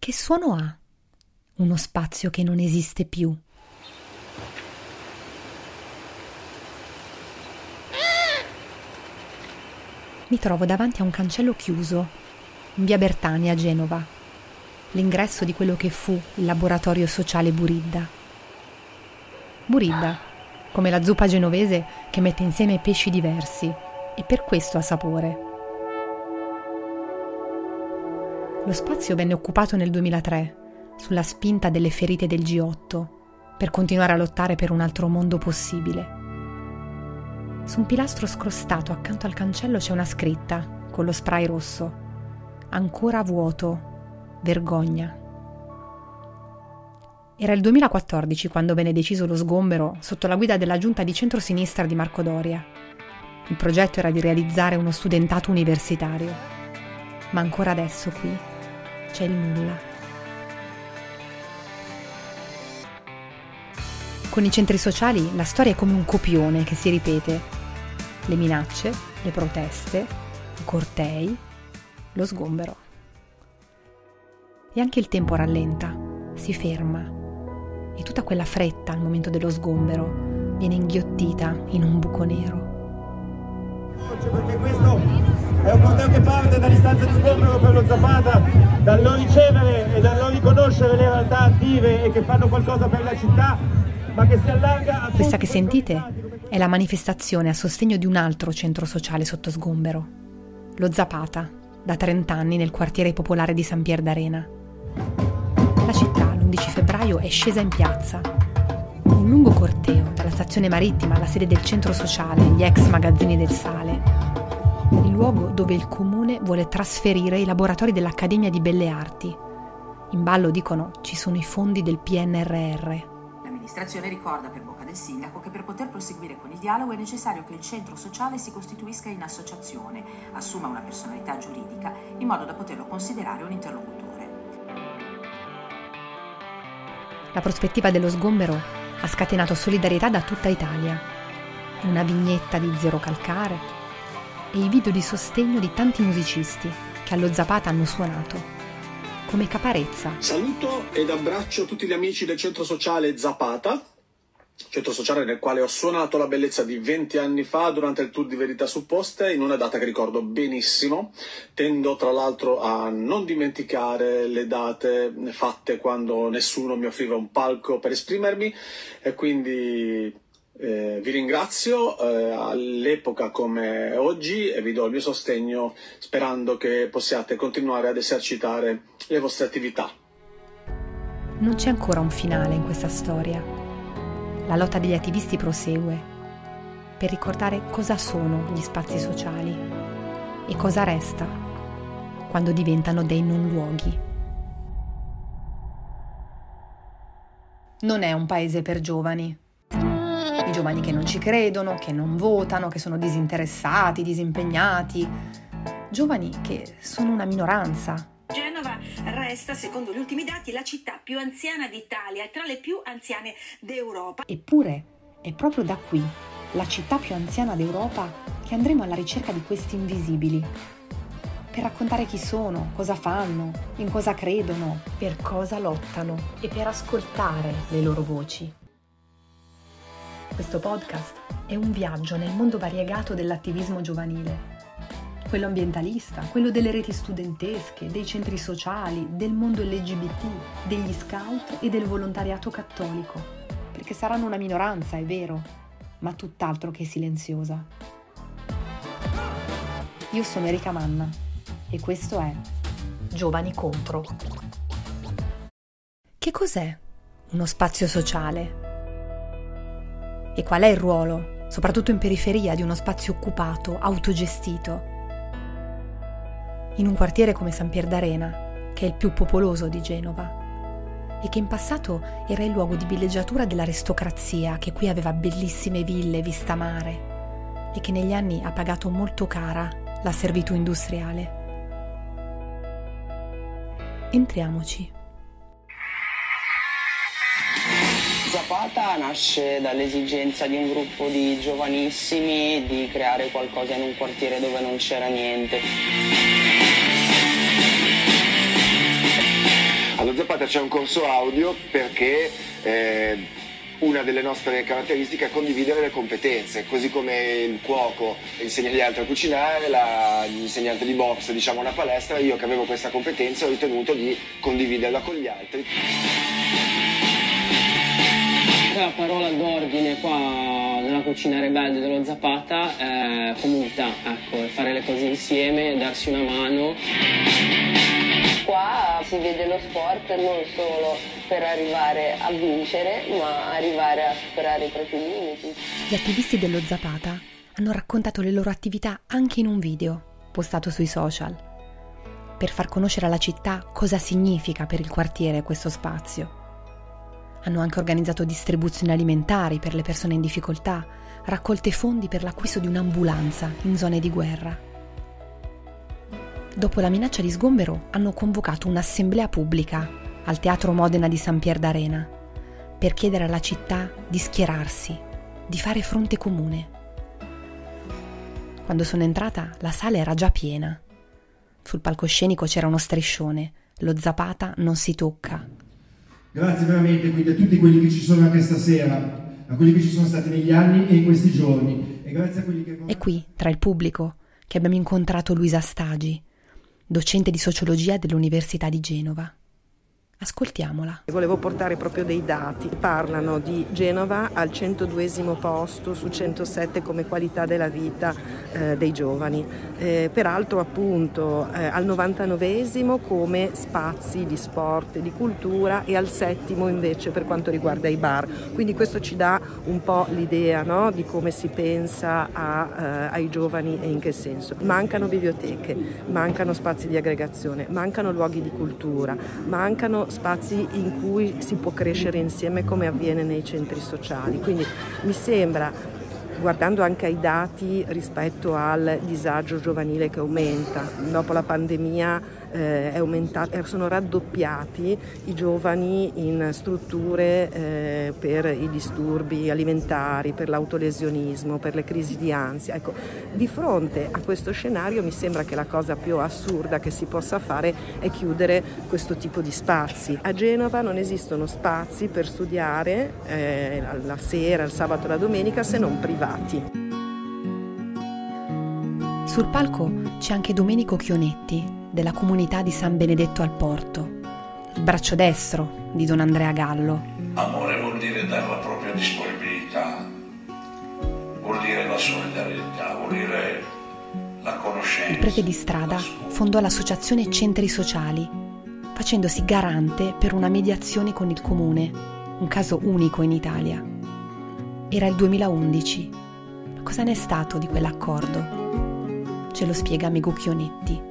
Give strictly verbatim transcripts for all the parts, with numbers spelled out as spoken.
che suono ha uno spazio che non esiste più? Mi trovo davanti a un cancello chiuso, in via Bertani a Genova, l'ingresso di quello che fu il laboratorio sociale Buridda. Buridda, come la zuppa genovese che mette insieme pesci diversi, e per questo ha sapore. Lo spazio venne occupato nel duemilatré, sulla spinta delle ferite del G otto, per continuare a lottare per un altro mondo possibile. Su un pilastro scrostato accanto al cancello c'è una scritta, con lo spray rosso. Ancora vuoto. Vergogna. Era il duemilaquattordici quando venne deciso lo sgombero sotto la guida della giunta di centrosinistra di Marco Doria. Il progetto era di realizzare uno studentato universitario. Ma ancora adesso qui c'è il nulla. Con i centri sociali la storia è come un copione che si ripete. Le minacce, le proteste, i cortei, lo sgombero. E anche il tempo rallenta, si ferma. E tutta quella fretta al momento dello sgombero viene inghiottita in un buco nero. Perché questo è un corteo che parte dall'istanza di sgombero per lo Zapata, dal non ricevere e dal non riconoscere le realtà attive e che fanno qualcosa per la città, ma che si allarga a... Questa che sentite è la manifestazione a sostegno di un altro centro sociale sotto sgombero, lo Zapata, da trent'anni nel quartiere popolare di San Pier d'Arena. La città l'undici febbraio è scesa in piazza. Un lungo corteo dalla stazione marittima alla sede del centro sociale, gli ex magazzini del sale, il luogo dove il comune vuole trasferire i laboratori dell'Accademia di Belle Arti. In ballo, dicono, ci sono i fondi del P N R R. L'amministrazione ricorda per bocca del sindaco che per poter proseguire con il dialogo è necessario che il centro sociale si costituisca in associazione, assuma una personalità giuridica, in modo da poterlo considerare un interlocutore. La prospettiva dello sgombero ha scatenato solidarietà da tutta Italia. Una vignetta di Zero Calcare e i video di sostegno di tanti musicisti che allo Zapata hanno suonato. Come Caparezza. Saluto ed abbraccio tutti gli amici del centro sociale Zapata, centro sociale nel quale ho suonato la bellezza di venti anni fa durante il tour di Verità Supposte, in una data che ricordo benissimo. Tendo tra l'altro a non dimenticare le date fatte quando nessuno mi offriva un palco per esprimermi, e quindi eh, vi ringrazio eh, all'epoca come oggi, e vi do il mio sostegno sperando che possiate continuare ad esercitare le vostre attività. Non c'è ancora un finale in questa storia. La lotta degli attivisti prosegue per ricordare cosa sono gli spazi sociali e cosa resta quando diventano dei non luoghi. Non è un paese per giovani. I giovani che non ci credono, che non votano, che sono disinteressati, disimpegnati. Giovani che sono una minoranza. Genova resta, secondo gli ultimi dati, la città più anziana d'Italia e tra le più anziane d'Europa. Eppure è proprio da qui, la città più anziana d'Europa, che andremo alla ricerca di questi invisibili. Per raccontare chi sono, cosa fanno, in cosa credono, per cosa lottano e per ascoltare le loro voci. Questo podcast è un viaggio nel mondo variegato dell'attivismo giovanile. Quello ambientalista, quello delle reti studentesche, dei centri sociali, del mondo L G B T, degli scout e del volontariato cattolico. Perché saranno una minoranza, è vero, ma tutt'altro che silenziosa. Io sono Erika Manna e questo è Giovani Contro. Che cos'è uno spazio sociale? E qual è il ruolo, soprattutto in periferia, di uno spazio occupato, autogestito? In un quartiere come San Pier d'Arena, che è il più popoloso di Genova, e che in passato era il luogo di villeggiatura dell'aristocrazia, che qui aveva bellissime ville, vista mare, e che negli anni ha pagato molto cara la servitù industriale. Entriamoci. Zapata nasce dall'esigenza di un gruppo di giovanissimi di creare qualcosa in un quartiere dove non c'era niente. Zapata c'è un corso audio perché eh, una delle nostre caratteristiche è condividere le competenze, così come il cuoco insegna agli altri a cucinare, la, l'insegnante di box diciamo una palestra, io che avevo questa competenza ho ritenuto di condividerla con gli altri. La parola d'ordine qua nella cucina rebelde dello Zapata è comunità, ecco, fare le cose insieme, darsi una mano. Qua si vede lo sport non solo per arrivare a vincere, ma arrivare a superare i propri limiti. Gli attivisti dello Zapata hanno raccontato le loro attività anche in un video postato sui social, per far conoscere alla città cosa significa per il quartiere questo spazio. Hanno anche organizzato distribuzioni alimentari per le persone in difficoltà, raccolte fondi per l'acquisto di un'ambulanza in zone di guerra. Dopo la minaccia di sgombero hanno convocato un'assemblea pubblica al Teatro Modena di San Pier d'Arena per chiedere alla città di schierarsi, di fare fronte comune. Quando sono entrata, la sala era già piena. Sul palcoscenico c'era uno striscione: lo Zapata non si tocca. Grazie veramente quindi a tutti quelli che ci sono anche stasera, a quelli che ci sono stati negli anni e in questi giorni. E grazie a quelli che... E qui, tra il pubblico, che abbiamo incontrato Luisa Stagi, docente di sociologia dell'Università di Genova. Ascoltiamola. Volevo portare proprio dei dati. Parlano di Genova al centoduesimo posto su centosette come qualità della vita eh, dei giovani, eh, peraltro appunto eh, al novantanovesimo come spazi di sport e di cultura e al settimo invece per quanto riguarda i bar. Quindi questo ci dà un po' l'idea, no, di come si pensa a, eh, ai giovani e in che senso. Mancano biblioteche, mancano spazi di aggregazione, mancano luoghi di cultura, mancano spazi in cui si può crescere insieme come avviene nei centri sociali. Quindi mi sembra, guardando anche ai dati rispetto al disagio giovanile che aumenta, dopo la pandemia eh, è aumentato, sono raddoppiati i giovani in strutture eh, per i disturbi alimentari, per l'autolesionismo, per le crisi di ansia. Ecco, di fronte a questo scenario mi sembra che la cosa più assurda che si possa fare è chiudere questo tipo di spazi. A Genova non esistono spazi per studiare eh, la sera, il sabato e la domenica se non privati. Sul palco c'è anche Domenico Chionetti, della comunità di San Benedetto al Porto, il braccio destro di Don Andrea Gallo. Amore vuol dire dare la propria disponibilità, vuol dire la solidarietà, vuol dire la conoscenza. Il prete di strada fondò l'associazione Centri Sociali, facendosi garante per una mediazione con il comune, un caso unico in Italia. Era il duemilaundici. Cosa ne è stato di quell'accordo? Ce lo spiega Megu Chionetti.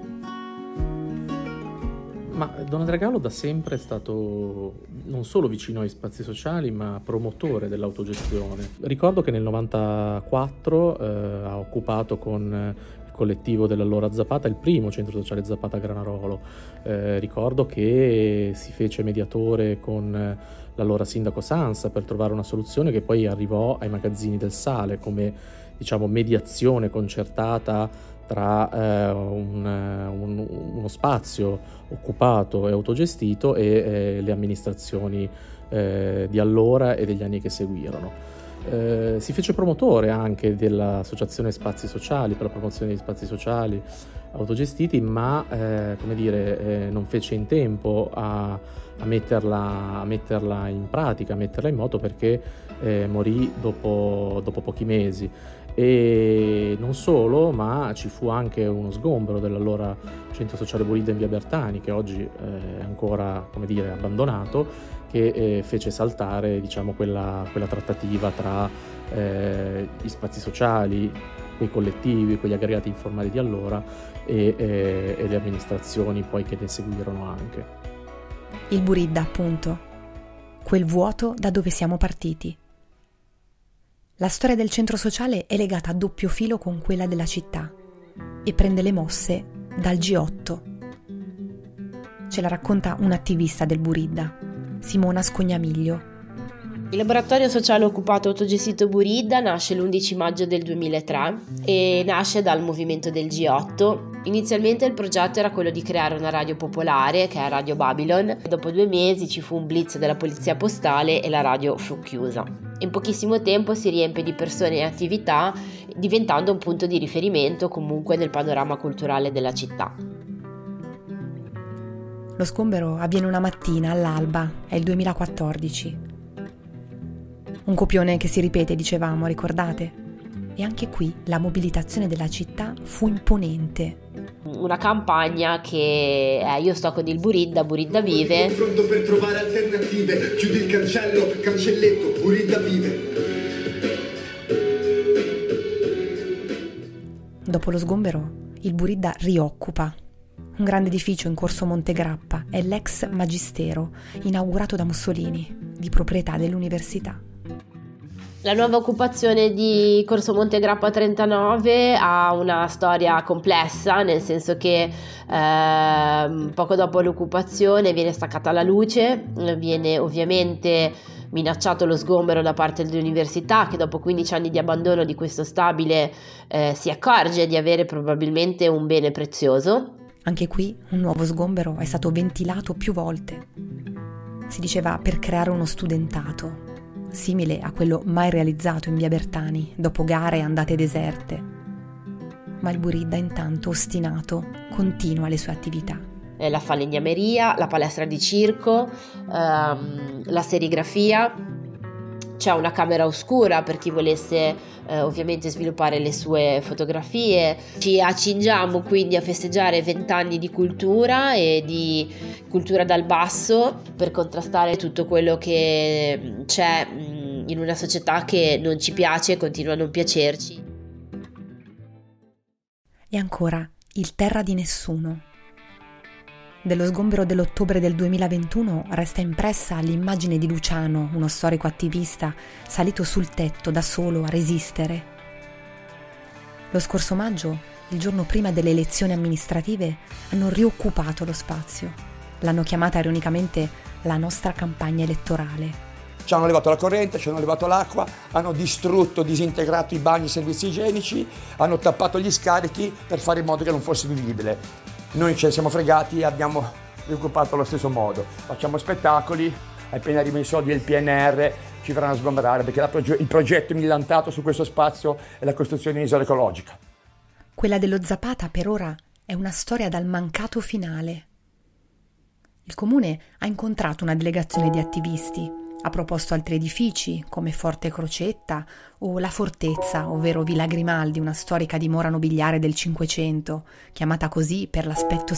Ma Don Andrea Gallo da sempre è stato non solo vicino ai spazi sociali, ma promotore dell'autogestione. Ricordo che nel novantaquattro eh, ha occupato con il collettivo dell'allora Zapata il primo centro sociale Zapata a Granarolo. Eh, ricordo che si fece mediatore con l'allora sindaco Sansa per trovare una soluzione che poi arrivò ai magazzini del Sale come, diciamo, mediazione concertata tra eh, un, un, uno spazio occupato e autogestito e eh, le amministrazioni eh, di allora e degli anni che seguirono. Eh, si fece promotore anche dell'associazione Spazi Sociali per la promozione di spazi sociali autogestiti, ma eh, come dire, eh, non fece in tempo a, a, metterla, a metterla in pratica, a metterla in moto perché eh, morì dopo, dopo pochi mesi. E non solo, ma ci fu anche uno sgombero dell'allora centro sociale Buridda in via Bertani, che oggi è ancora, come dire, abbandonato, che eh, fece saltare, diciamo, quella, quella trattativa tra eh, gli spazi sociali, quei collettivi, quegli aggregati informali di allora e, eh, e le amministrazioni poi che ne seguirono anche. Il Buridda, appunto, quel vuoto da dove siamo partiti. La storia del centro sociale è legata a doppio filo con quella della città e prende le mosse dal G otto. Ce la racconta un'attivista del Buridda, Simona Scognamiglio. Il laboratorio sociale occupato autogestito Buridda nasce l'undici maggio del duemilatré e nasce dal movimento del G otto. Inizialmente il progetto era quello di creare una radio popolare, che è Radio Babylon. Dopo due mesi ci fu un blitz della polizia postale e la radio fu chiusa. In pochissimo tempo si riempie di persone e attività, diventando un punto di riferimento comunque nel panorama culturale della città. Lo sgombero avviene una mattina all'alba, è il duemilaquattordici. Un copione che si ripete, dicevamo, ricordate? E anche qui la mobilitazione della città fu imponente. Una campagna che eh, io sto con il Buridda, Buridda vive. Sono pronto per trovare alternative, chiudi il cancello, cancelletto, Buridda vive. Dopo lo sgombero, il Buridda rioccupa un grande edificio in corso Montegrappa, è l'ex Magistero, inaugurato da Mussolini, di proprietà dell'università. La nuova occupazione di Corso Montegrappa trentanove ha una storia complessa, nel senso che eh, poco dopo l'occupazione viene staccata la luce, viene ovviamente minacciato lo sgombero da parte dell'università, che dopo quindici anni di abbandono di questo stabile eh, si accorge di avere probabilmente un bene prezioso. Anche qui un nuovo sgombero è stato ventilato più volte. Si diceva per creare uno studentato, simile a quello mai realizzato in via Bertani, dopo gare e andate deserte. Ma il Buridda, intanto ostinato, continua le sue attività. La falegnameria, la palestra di circo, ehm, la serigrafia. C'è una camera oscura per chi volesse eh, ovviamente sviluppare le sue fotografie. Ci accingiamo quindi a festeggiare vent'anni di cultura e di cultura dal basso, per contrastare tutto quello che c'è in una società che non ci piace e continua a non piacerci. E ancora il Terra di Nessuno. Dello sgombero dell'ottobre del duemilaventuno resta impressa l'immagine di Luciano, uno storico attivista, salito sul tetto da solo a resistere. Lo scorso maggio, il giorno prima delle elezioni amministrative, hanno rioccupato lo spazio. L'hanno chiamata ironicamente la nostra campagna elettorale. Ci hanno levato la corrente, ci hanno levato l'acqua, hanno distrutto, disintegrato i bagni e i servizi igienici, hanno tappato gli scarichi per fare in modo che non fosse vivibile. Noi ce ne siamo fregati e abbiamo rioccupato allo stesso modo. Facciamo spettacoli, appena arrivano i soldi del P N R ci verranno a sgomberare, perché la proge- il progetto millantato su questo spazio è la costruzione di un'isola ecologica. Quella dello Zapata per ora è una storia dal mancato finale. Il comune ha incontrato una delegazione di attivisti, ha proposto altri edifici come Forte Crocetta o La Fortezza, ovvero Villa Grimaldi, una storica dimora nobiliare del Cinquecento, chiamata così per l'aspetto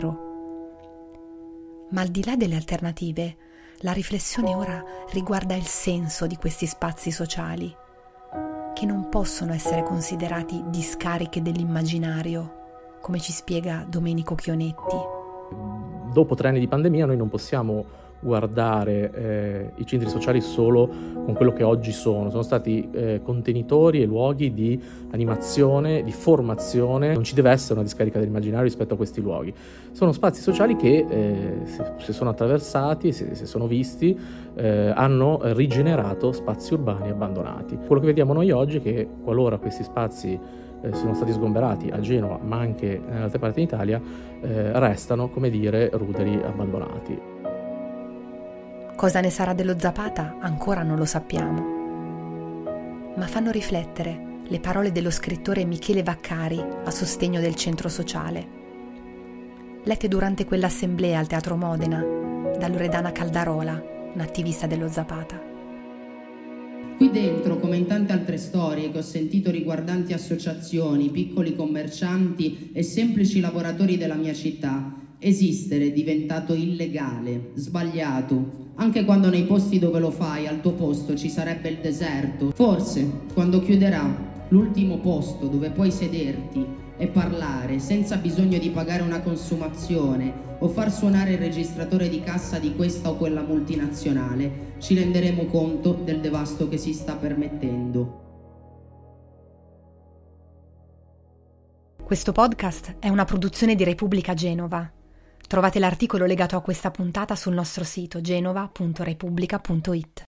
severo. Ma al di là delle alternative, la riflessione ora riguarda il senso di questi spazi sociali, che non possono essere considerati discariche dell'immaginario, come ci spiega Domenico Chionetti. Dopo tre anni di pandemia noi non possiamo guardare eh, i centri sociali solo con quello che oggi sono. Sono stati eh, contenitori e luoghi di animazione, di formazione. Non ci deve essere una discarica dell'immaginario rispetto a questi luoghi. Sono spazi sociali che eh, se, se sono attraversati, se, se sono visti, eh, hanno rigenerato spazi urbani abbandonati. Quello che vediamo noi oggi è che qualora questi spazi eh, sono stati sgomberati a Genova ma anche in altre parti d'Italia, eh, restano, come dire, ruderi abbandonati. Cosa ne sarà dello Zapata ancora non lo sappiamo. Ma fanno riflettere le parole dello scrittore Michele Vaccari a sostegno del centro sociale, lette durante quell'assemblea al Teatro Modena da Loredana Caldarola, un'attivista dello Zapata. Qui dentro, come in tante altre storie che ho sentito riguardanti associazioni, piccoli commercianti e semplici lavoratori della mia città, esistere è diventato illegale, sbagliato, anche quando nei posti dove lo fai, al tuo posto, ci sarebbe il deserto. Forse, quando chiuderà, l'ultimo posto dove puoi sederti e parlare senza bisogno di pagare una consumazione o far suonare il registratore di cassa di questa o quella multinazionale, ci renderemo conto del devasto che si sta permettendo. Questo podcast è una produzione di Repubblica Genova. Trovate l'articolo legato a questa puntata sul nostro sito genova punto repubblica punto it.